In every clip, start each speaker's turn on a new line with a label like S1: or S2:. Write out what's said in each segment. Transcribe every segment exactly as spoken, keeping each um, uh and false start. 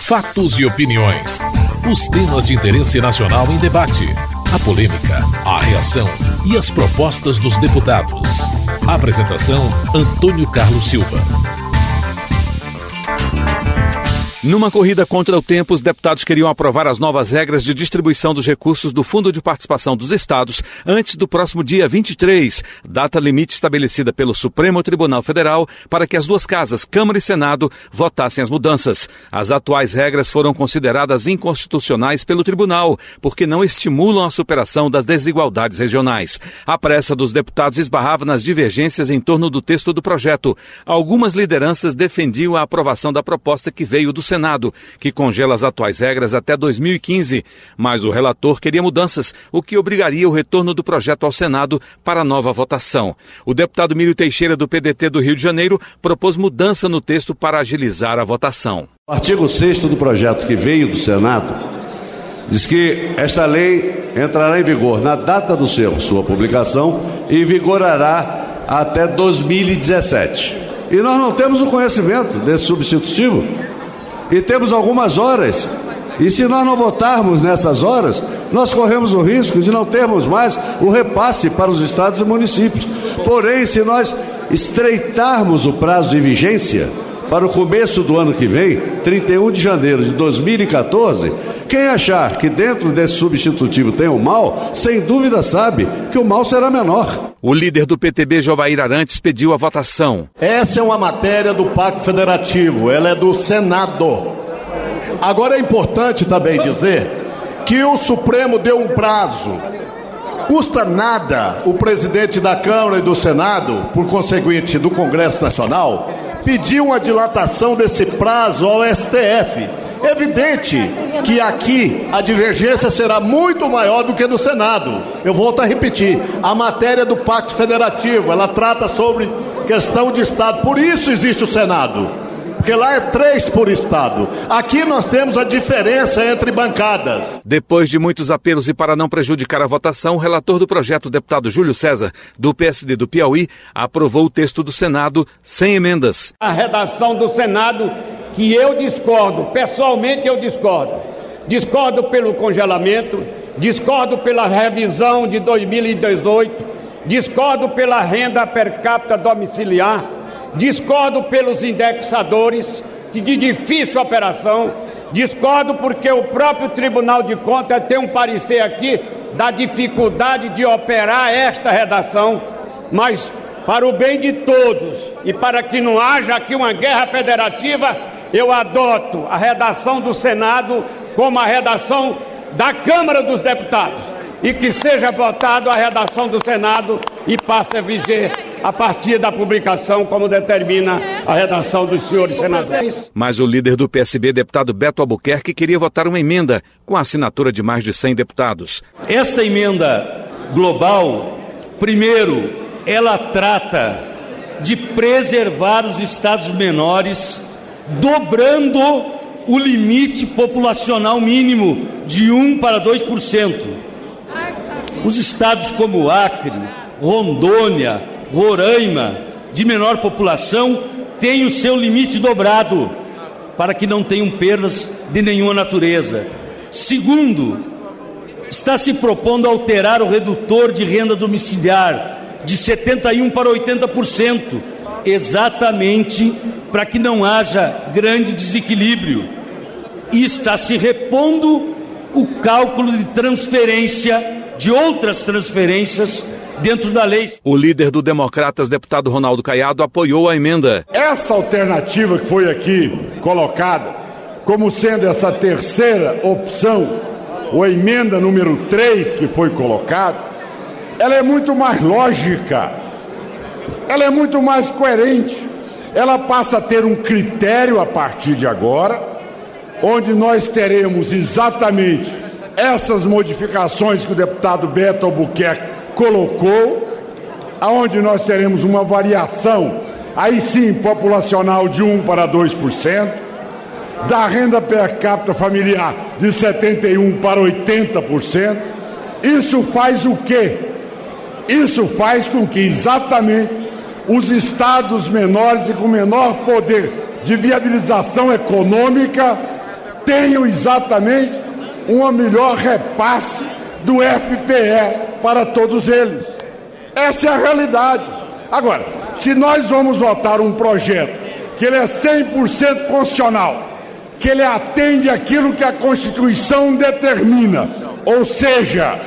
S1: Fatos e opiniões. Os temas de interesse nacional em debate. A polêmica, a reação e as propostas dos deputados. Apresentação: Antônio Carlos Silva.
S2: Numa corrida contra o tempo, os deputados queriam aprovar as novas regras de distribuição dos recursos do Fundo de Participação dos Estados antes do próximo dia vinte e três, data limite estabelecida pelo Supremo Tribunal Federal para que as duas casas, Câmara e Senado, votassem as mudanças. As atuais regras foram consideradas inconstitucionais pelo tribunal, porque não estimulam a superação das desigualdades regionais. A pressa dos deputados esbarrava nas divergências em torno do texto do projeto. Algumas lideranças defendiam a aprovação da proposta que veio do Senado, que congela as atuais regras até dois mil e quinze, mas o relator queria mudanças, o que obrigaria o retorno do projeto ao Senado para nova votação. O deputado Mílio Teixeira, do P D T do Rio de Janeiro, propôs mudança no texto para agilizar a votação.
S3: O artigo sexto do projeto que veio do Senado diz que esta lei entrará em vigor na data do seu, sua publicação e vigorará até dois mil e dezessete. E nós não temos o conhecimento desse substitutivo. E temos algumas horas, e se nós não votarmos nessas horas, nós corremos o risco de não termos mais o repasse para os estados e municípios. Porém, se nós estreitarmos o prazo de vigência para o começo do ano que vem, trinta e um de janeiro de dois mil e quatorze, quem achar que dentro desse substitutivo tem um mal, sem dúvida sabe que o mal será menor.
S2: O líder do P T B, Jovair Arantes, pediu a votação.
S4: Essa é uma matéria do Pacto Federativo, ela é do Senado. Agora é importante também dizer que o Supremo deu um prazo. Custa nada o presidente da Câmara e do Senado, por conseguinte do Congresso Nacional, pedir uma dilatação desse prazo ao S T F. Evidente que aqui a divergência será muito maior do que no Senado. Eu volto a repetir, a matéria do Pacto Federativo, ela trata sobre questão de Estado, por isso existe o Senado, porque lá é três por Estado. Aqui nós temos a diferença entre bancadas.
S2: Depois de muitos apelos e para não prejudicar a votação, o relator do projeto, o deputado Júlio César, do P S D do Piauí, aprovou o texto do Senado sem emendas.
S5: A redação do Senado, que eu discordo, pessoalmente eu discordo. Discordo pelo congelamento, discordo pela revisão de dois mil e dezoito, discordo pela renda per capita domiciliar, discordo pelos indexadores, de difícil operação, discordo porque o próprio Tribunal de Contas tem um parecer aqui da dificuldade de operar esta redação, mas para o bem de todos e para que não haja aqui uma guerra federativa, eu adoto a redação do Senado como a redação da Câmara dos Deputados e que seja votado a redação do Senado e passe a viger a partir da publicação, como determina a redação dos senhores senadores.
S2: Mas o líder do P S B, deputado Beto Albuquerque, queria votar uma emenda com a assinatura de mais de cem deputados.
S6: Esta emenda global, primeiro, ela trata de preservar os estados menores, dobrando o limite populacional mínimo de um para dois por cento. Os estados como Acre, Rondônia, Roraima, de menor população, têm o seu limite dobrado, para que não tenham perdas de nenhuma natureza. Segundo, está se propondo alterar o redutor de renda domiciliar de setenta e um por cento para oitenta por cento, exatamente para que não haja grande desequilíbrio. E está se repondo o cálculo de transferência de outras transferências dentro da lei.
S2: O líder do Democratas, deputado Ronaldo Caiado, apoiou a emenda.
S7: Essa alternativa que foi aqui colocada como sendo essa terceira opção, ou a emenda número três que foi colocada, ela é muito mais lógica, ela é muito mais coerente, ela passa a ter um critério a partir de agora, onde nós teremos exatamente essas modificações que o deputado Beto Albuquerque colocou, aonde nós teremos uma variação, aí sim, populacional de um para dois por cento, da renda per capita familiar de setenta e um para oitenta por cento. Isso faz o quê? Isso faz com que exatamente os estados menores e com menor poder de viabilização econômica tenham exatamente uma melhor repasse do F P E para todos eles. Essa é a realidade. Agora, se nós vamos votar um projeto que ele é cem por cento constitucional, que ele atende aquilo que a Constituição determina, ou seja,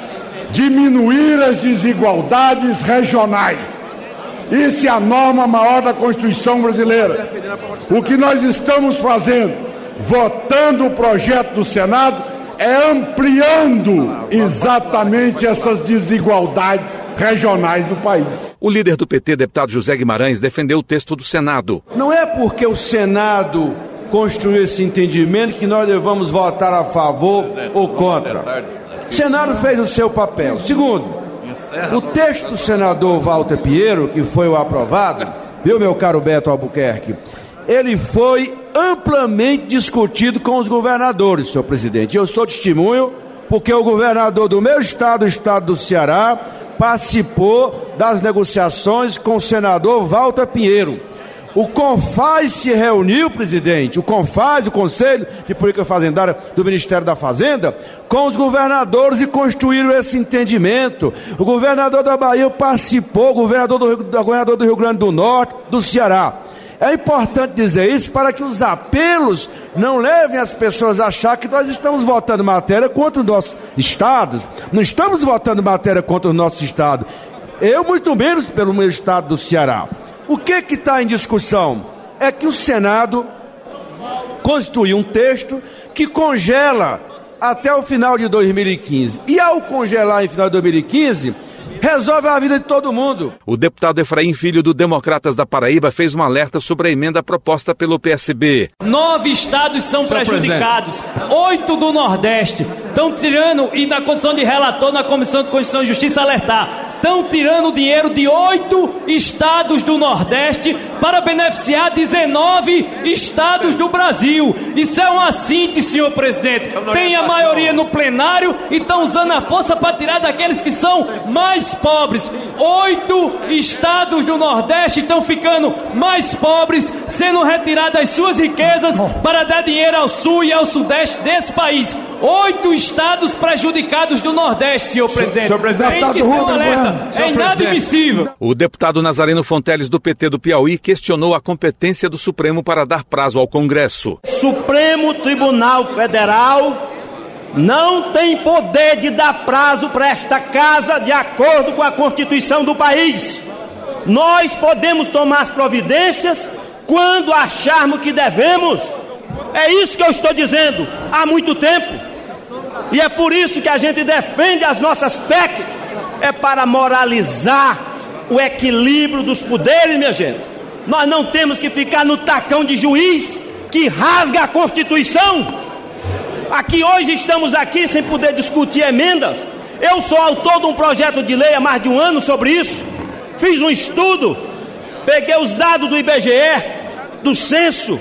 S7: diminuir as desigualdades regionais. Isso é a norma maior da Constituição brasileira. O que nós estamos fazendo, votando o projeto do Senado, é ampliando exatamente essas desigualdades regionais do país.
S2: O líder do P T, deputado José Guimarães, defendeu o texto do Senado.
S8: Não é porque o Senado construiu esse entendimento que nós devamos votar a favor ou contra. O Senado fez o seu papel. Segundo, o texto do senador Walter Pinheiro, que foi o aprovado, viu, meu caro Beto Albuquerque, ele foi amplamente discutido com os governadores, senhor presidente. Eu sou testemunho porque o governador do meu estado, o estado do Ceará, participou das negociações com o senador Walter Pinheiro. O CONFAZ se reuniu, presidente, o CONFAZ, o Conselho de Política Fazendária do Ministério da Fazenda, com os governadores e construíram esse entendimento. O governador da Bahia participou, o governador do, o governador do Rio Grande do Norte, do Ceará. É importante dizer isso para que os apelos não levem as pessoas a achar que nós estamos votando matéria contra os nossos estados. Não estamos votando matéria contra o nosso estado. Eu, muito menos pelo meu estado do Ceará. O que que está em discussão? É que o Senado constituiu um texto que congela até o final de dois mil e quinze. E ao congelar em final de dois mil e quinze... resolve a vida de todo mundo.
S2: O deputado Efraim Filho, do Democratas da Paraíba, fez um alerta sobre a emenda proposta pelo P S B.
S9: Nove estados são Senhor prejudicados, presidente. Oito do Nordeste. Estão tirando, e na condição de relator na Comissão de Constituição e Justiça alertar, estão tirando dinheiro de oito estados do Nordeste para beneficiar dezenove estados do Brasil. Isso é uma síntese, senhor presidente. Tem a maioria no plenário e estão usando a força para tirar daqueles que são mais pobres. Oito estados do Nordeste estão ficando mais pobres, sendo retiradas as suas riquezas para dar dinheiro ao Sul e ao Sudeste desse país. Oito estados prejudicados do Nordeste, senhor presidente. Senhor presidente, tem que ser um alerta. É inadmissível.
S2: O deputado Nazareno Fonteles, do P T do Piauí, questionou a competência do Supremo para dar prazo ao Congresso.
S10: Supremo Tribunal Federal não tem poder de dar prazo para esta casa de acordo com a Constituição do país. Nós podemos tomar as providências quando acharmos que devemos. É isso que eu estou dizendo há muito tempo. E é por isso que a gente defende as nossas P E Cs. É para moralizar o equilíbrio dos poderes, minha gente. Nós não temos que ficar no tacão de juiz que rasga a Constituição. Aqui hoje estamos aqui sem poder discutir emendas. Eu sou autor de um projeto de lei há mais de um ano sobre isso. Fiz um estudo, peguei os dados do I B G E, do censo,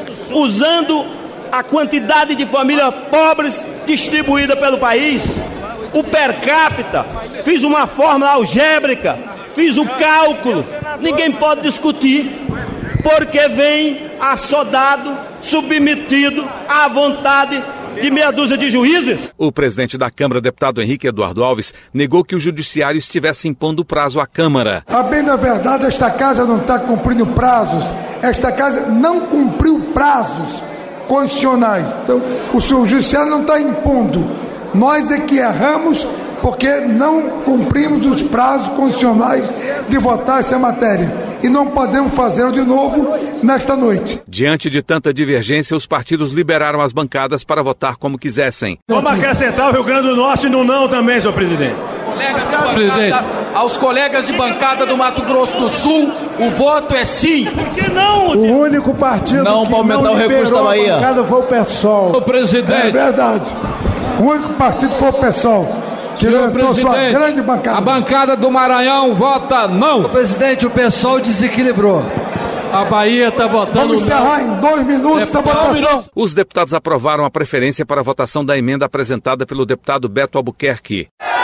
S10: usando a quantidade de famílias pobres distribuída pelo país, o per capita, fiz uma fórmula algébrica, fiz o cálculo. Ninguém pode discutir, porque vem assodado, submetido à vontade de meia dúzia de juízes.
S2: O presidente da Câmara, deputado Henrique Eduardo Alves, negou que o judiciário estivesse impondo prazo à Câmara.
S11: A bem da verdade, esta casa não está cumprindo prazos. Esta casa não cumpriu prazos constitucionais. Então, o seu judiciário não está impondo. Nós é que erramos porque não cumprimos os prazos constitucionais de votar essa matéria. E não podemos fazê-lo de novo nesta noite.
S2: Diante de tanta divergência, os partidos liberaram as bancadas para votar como quisessem.
S12: Vamos acrescentar o Rio Grande do Norte no não também, senhor presidente.
S13: Colegas de bancada, aos colegas de bancada do Mato Grosso do Sul, o voto é sim.
S12: Por que não?
S14: O único partido
S13: não
S14: que
S13: não
S14: não liberou a bancada foi o PSOL.
S11: O presidente. É verdade. O único partido foi o PSOL. Que levantou sua grande bancada.
S15: A bancada do Maranhão vota não.
S16: O presidente, o PSOL desequilibrou.
S15: A Bahia está votando.
S11: Vamos encerrar em dois minutos essa votação.
S2: Os deputados aprovaram a preferência para a votação da emenda apresentada pelo deputado Beto Albuquerque.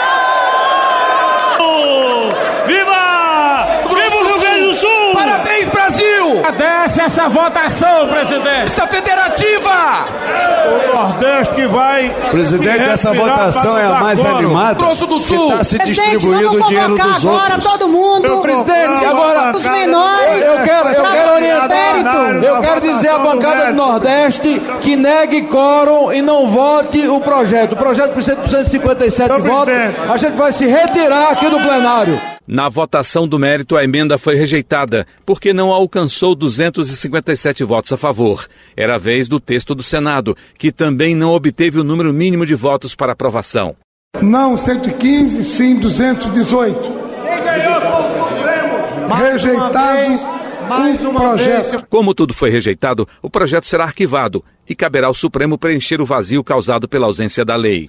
S12: Viva! Viva o Rio Grande do Sul!
S13: Parabéns, Brasil!
S15: Agradece essa votação, presidente.
S13: Essa federativa!
S12: Nordeste vai...
S3: Presidente, essa votação é a mais animada.
S13: Grosso do Sul.
S3: Está se
S17: Presidente,
S3: distribuindo
S17: vamos
S3: o dinheiro
S17: convocar
S3: dos
S17: agora
S3: outros.
S17: todo mundo.
S16: Presidente, agora
S17: Os menores.
S16: eu quero, eu quero orientar.
S17: Mérito.
S16: Eu quero dizer à bancada do Nordeste que negue quórum e não vote o projeto. O projeto precisa de duzentos e cinquenta e sete votos. A gente vai se retirar aqui do plenário.
S2: Na votação do mérito, a emenda foi rejeitada, porque não alcançou duzentos e cinquenta e sete votos a favor. Era a vez do texto do Senado, que também não obteve o número mínimo de votos para aprovação.
S11: Não cento e quinze, sim duzentos e dezoito.
S8: Quem ganhou foi o Supremo.
S11: Rejeitado
S8: mais
S11: o
S8: uma
S11: projeto.
S8: vez.
S2: Como tudo foi rejeitado, o projeto será arquivado e caberá ao Supremo preencher o vazio causado pela ausência da lei.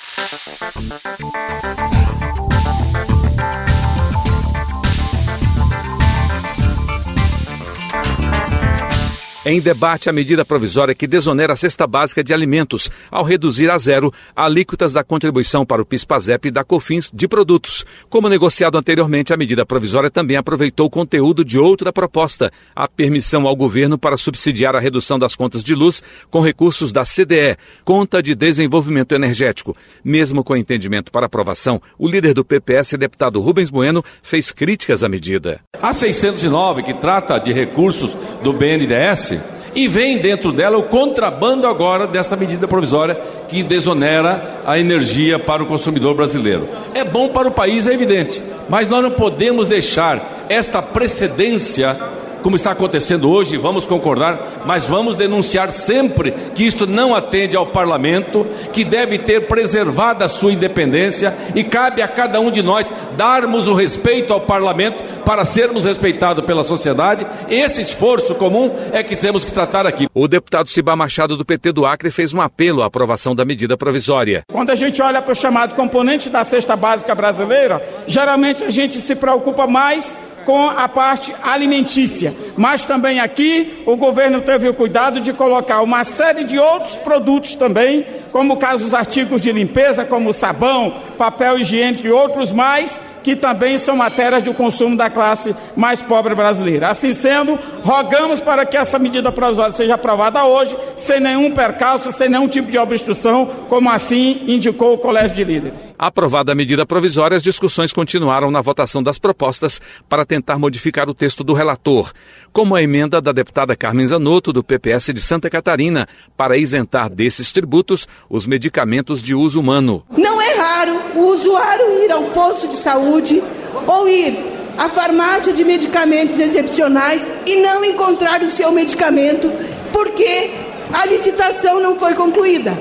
S2: Em debate, a medida provisória que desonera a cesta básica de alimentos, ao reduzir a zero alíquotas da contribuição para o PIS/PASEP e da COFINS de produtos. Como negociado anteriormente, a medida provisória também aproveitou o conteúdo de outra proposta, a permissão ao governo para subsidiar a redução das contas de luz com recursos da C D E, Conta de Desenvolvimento Energético. Mesmo com entendimento para aprovação, o líder do P P S, deputado Rubens Bueno, fez críticas à medida.
S18: A seiscentos e nove, que trata de recursos do B N D E S, e vem dentro dela o contrabando agora desta medida provisória que desonera a energia para o consumidor brasileiro. É bom para o país, é evidente, mas nós não podemos deixar esta precedência, como está acontecendo hoje, vamos concordar, mas vamos denunciar sempre que isto não atende ao parlamento, que deve ter preservada a sua independência, e cabe a cada um de nós darmos o respeito ao parlamento para sermos respeitados pela sociedade. Esse esforço comum é que temos que tratar aqui.
S2: O deputado Cibá Machado, do P T do Acre, fez um apelo à aprovação da medida provisória.
S19: Quando a gente olha para o chamado componente da cesta básica brasileira, geralmente a gente se preocupa mais com a parte alimentícia, mas também aqui o governo teve o cuidado de colocar uma série de outros produtos também, como o caso dos artigos de limpeza, como sabão, papel higiênico e outros mais, que também são matérias de consumo da classe mais pobre brasileira. Assim sendo, rogamos para que essa medida provisória seja aprovada hoje, sem nenhum percalço, sem nenhum tipo de obstrução, como assim indicou o Colégio de Líderes.
S2: Aprovada a medida provisória, as discussões continuaram na votação das propostas para tentar modificar o texto do relator, como a emenda da deputada Carmen Zanotto, do P P S de Santa Catarina, para isentar desses tributos os medicamentos de uso humano.
S20: Não é raro o usuário ir ao posto de saúde ou ir à farmácia de medicamentos excepcionais e não encontrar o seu medicamento porque a licitação não foi concluída.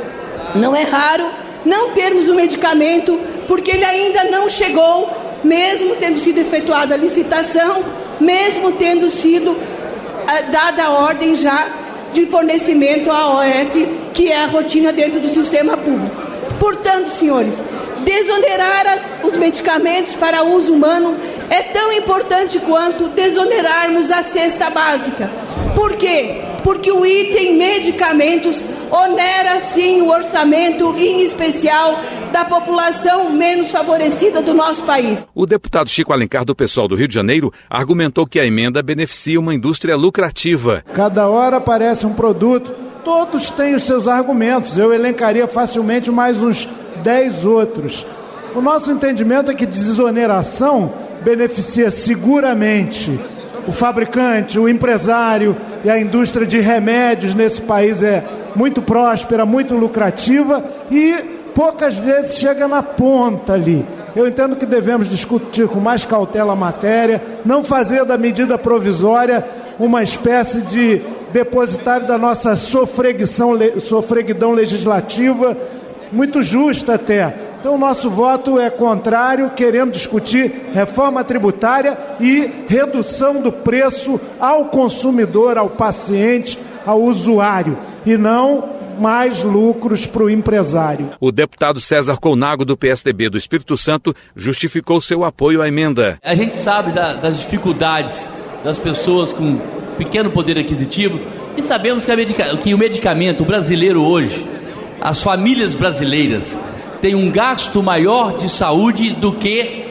S20: Não é raro não termos o medicamento porque ele ainda não chegou, mesmo tendo sido efetuada a licitação, mesmo tendo sido uh, dada a ordem já de fornecimento à O F, que é a rotina dentro do sistema público. Portanto, senhores, desonerar as, os medicamentos para uso humano é tão importante quanto desonerarmos a cesta básica. Por quê? Porque o item medicamentos onera sim o orçamento, em especial da população menos favorecida do nosso país.
S2: O deputado Chico Alencar, do PSOL do Rio de Janeiro, argumentou que a emenda beneficia uma indústria lucrativa.
S14: Cada hora aparece um produto, todos têm os seus argumentos. Eu elencaria facilmente mais uns dez outros. O nosso entendimento é que desoneração beneficia seguramente o fabricante, o empresário, e a indústria de remédios nesse país é muito próspera, muito lucrativa e poucas vezes chega na ponta ali. Eu entendo que devemos discutir com mais cautela a matéria, não fazer da medida provisória uma espécie de depositário da nossa sofreguição, sofreguidão legislativa, muito justa até. Então o nosso voto é contrário, querendo discutir reforma tributária e redução do preço ao consumidor, ao paciente, ao usuário, e não mais lucros para o empresário.
S2: O deputado César Colnago, do P S D B do Espírito Santo, justificou seu apoio à emenda.
S21: A gente sabe da, das dificuldades das pessoas com pequeno poder aquisitivo e sabemos que, a medica, que o medicamento brasileiro hoje, as famílias brasileiras têm um gasto maior de saúde do que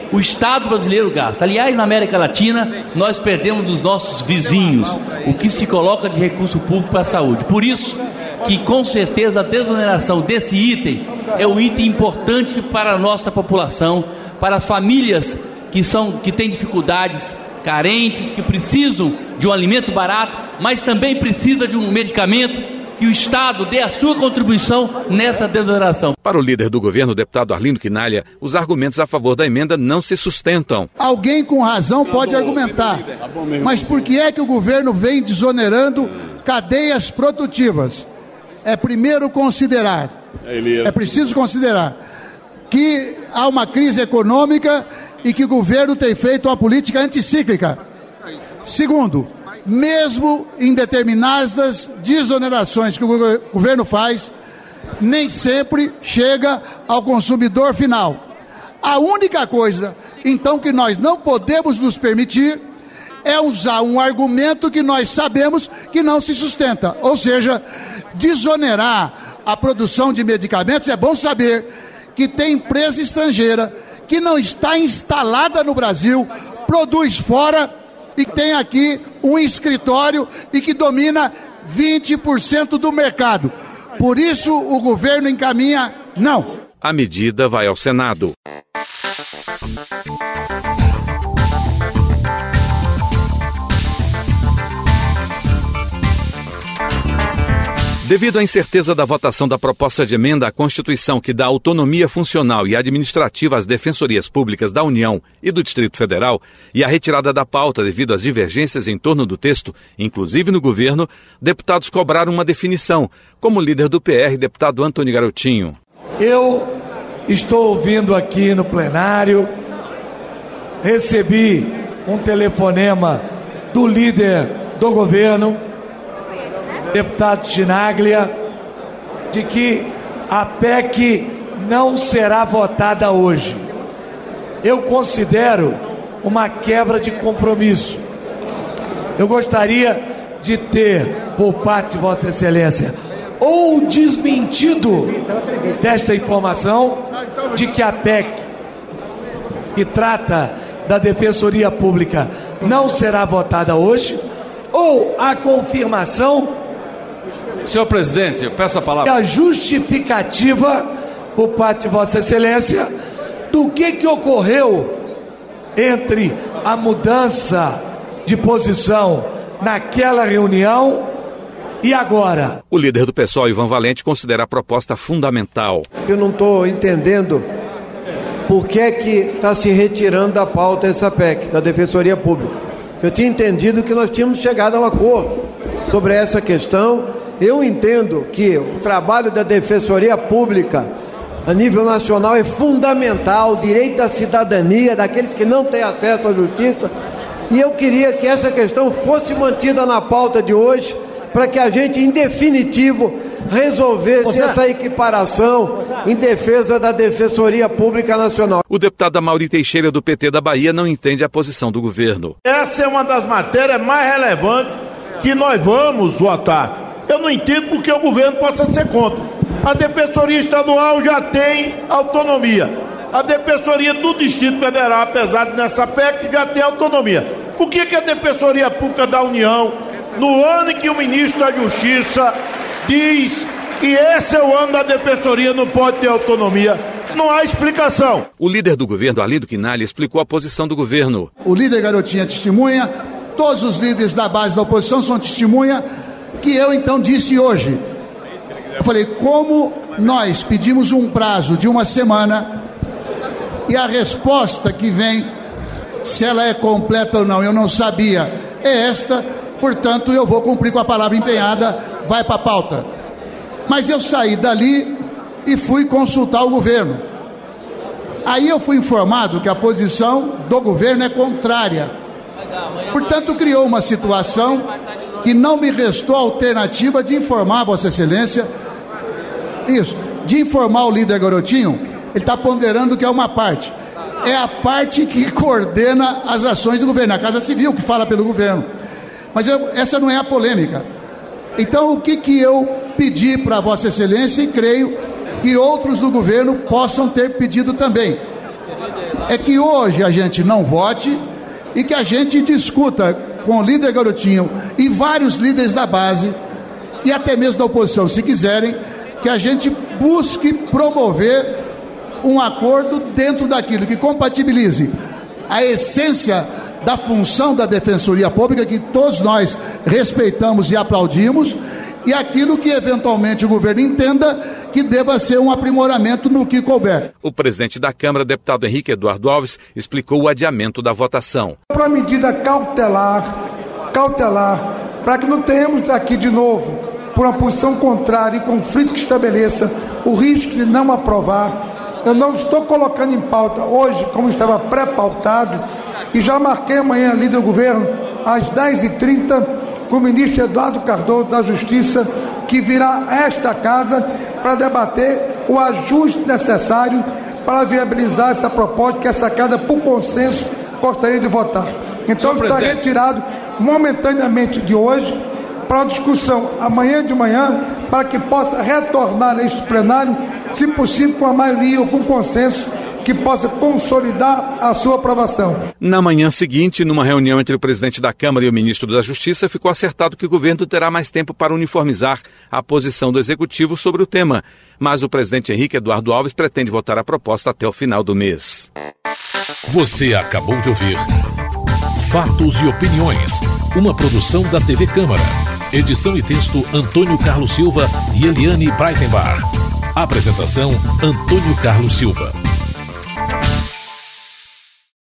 S21: o Estado brasileiro gasta. Aliás, na América Latina, nós perdemos dos nossos vizinhos o que se coloca de recurso público para a saúde. Por isso que, com certeza, a desoneração desse item é um item importante para a nossa população, para as famílias que, são, que têm dificuldades, carentes, que precisam de um alimento barato, mas também precisa de um medicamento, que o Estado dê a sua contribuição nessa desoneração.
S2: Para o líder do governo, o deputado Arlindo Quinalha, os argumentos a favor da emenda não se sustentam.
S17: Alguém com razão pode argumentar, mas por que é que o governo vem desonerando cadeias produtivas? É primeiro considerar, é preciso considerar que há uma crise econômica e que o governo tem feito uma política anticíclica. Segundo, mesmo em determinadas desonerações que o governo faz, nem sempre chega ao consumidor final. A única coisa, então, que nós não podemos nos permitir é usar um argumento que nós sabemos que não se sustenta. Ou seja, desonerar a produção de medicamentos. É bom saber que tem empresa estrangeira que não está instalada no Brasil, produz fora e tem aqui um escritório e que domina vinte por cento do mercado. Por isso o governo encaminha não.
S2: A medida vai ao Senado. Devido à incerteza da votação da proposta de emenda à Constituição que dá autonomia funcional e administrativa às defensorias públicas da União e do Distrito Federal e a retirada da pauta devido às divergências em torno do texto, inclusive no governo, deputados cobraram uma definição, como líder do P R, deputado Antônio Garotinho.
S22: Eu estou ouvindo aqui no plenário, recebi um telefonema do líder do governo, deputado Chinaglia, de que a P E C não será votada hoje. Eu considero uma quebra de compromisso. Eu gostaria de ter, por parte de Vossa Excelência, ou desmentido desta informação de que a P E C, que trata da Defensoria Pública, não será votada hoje, ou a confirmação.
S18: Senhor presidente, eu peço a palavra.
S22: A justificativa por parte de Vossa Excelência do que que ocorreu entre a mudança de posição naquela reunião e agora.
S2: O líder do PSOL, Ivan Valente, considera a proposta fundamental.
S23: Eu não estou entendendo por que é que está se retirando da pauta essa P E C, da Defensoria Pública. Eu tinha entendido que nós tínhamos chegado a um acordo sobre essa questão. Eu entendo que o trabalho da Defensoria Pública a nível nacional é fundamental, o direito da cidadania, daqueles que não têm acesso à justiça, e eu queria que essa questão fosse mantida na pauta de hoje, para que a gente, em definitivo, resolvesse essa equiparação em defesa da Defensoria Pública Nacional.
S2: O deputado Amaury Teixeira, do P T da Bahia, não entende a posição do governo.
S24: Essa é uma das matérias mais relevantes que nós vamos votar. Eu não entendo porque o governo possa ser contra. A Defensoria Estadual já tem autonomia. A Defensoria do Distrito Federal, apesar de nessa P E C, já tem autonomia. Por que que a Defensoria Pública da União, no ano em que o ministro da Justiça diz que esse é o ano da Defensoria, não pode ter autonomia? Não há explicação.
S2: O líder do governo, Arlindo Quinalha, explicou a posição do governo.
S17: O líder Garotinho é testemunha, todos os líderes da base da oposição são testemunha, que eu então disse hoje. Eu falei, como nós pedimos um prazo de uma semana e a resposta que vem, se ela é completa ou não, eu não sabia, é esta, portanto eu vou cumprir com a palavra empenhada, vai para a pauta. Mas eu saí dali e fui consultar o governo. Aí eu fui informado que a posição do governo é contrária. Portanto, criou uma situação que não me restou alternativa de informar Vossa Excelência, isso, de informar o líder Garotinho. Ele está ponderando que é uma parte. É a parte que coordena as ações do governo, a Casa Civil, que fala pelo governo. Mas eu, essa não é a polêmica. Então, o que, que eu pedi para Vossa Excelência, e creio que outros do governo possam ter pedido também. é que hoje a gente não vote e que a gente discuta com o líder Garotinho e vários líderes da base e até mesmo da oposição, se quiserem, que a gente busque promover um acordo dentro daquilo que compatibilize a essência da função da Defensoria Pública, que todos nós respeitamos e aplaudimos, e aquilo que eventualmente o governo entenda que deva ser um aprimoramento no que couber.
S2: O presidente da Câmara, deputado Henrique Eduardo Alves, explicou o adiamento da votação.
S11: Para medida cautelar, cautelar, para que não tenhamos aqui de novo, por uma posição contrária e conflito que estabeleça o risco de não aprovar. Eu não estou colocando em pauta hoje, como estava pré-pautado, e já marquei amanhã, líder do governo, às dez e trinta, com o ministro Eduardo Cardoso da Justiça, que virá a esta casa para debater o ajuste necessário para viabilizar essa proposta que essa casa, por consenso, gostaria de votar. Então está retirado momentaneamente de hoje para a discussão amanhã de manhã, para que possa retornar a este plenário, se possível com a maioria ou com consenso, que possa consolidar a sua aprovação.
S2: Na manhã seguinte, numa reunião entre o presidente da Câmara e o ministro da Justiça, ficou acertado que o governo terá mais tempo para uniformizar a posição do Executivo sobre o tema. Mas o presidente Henrique Eduardo Alves pretende votar a proposta até o final do mês.
S1: Você acabou de ouvir Fatos e Opiniões, uma produção da T V Câmara. Edição e texto Antônio Carlos Silva e Eliane Breitenbach. Apresentação Antônio Carlos Silva.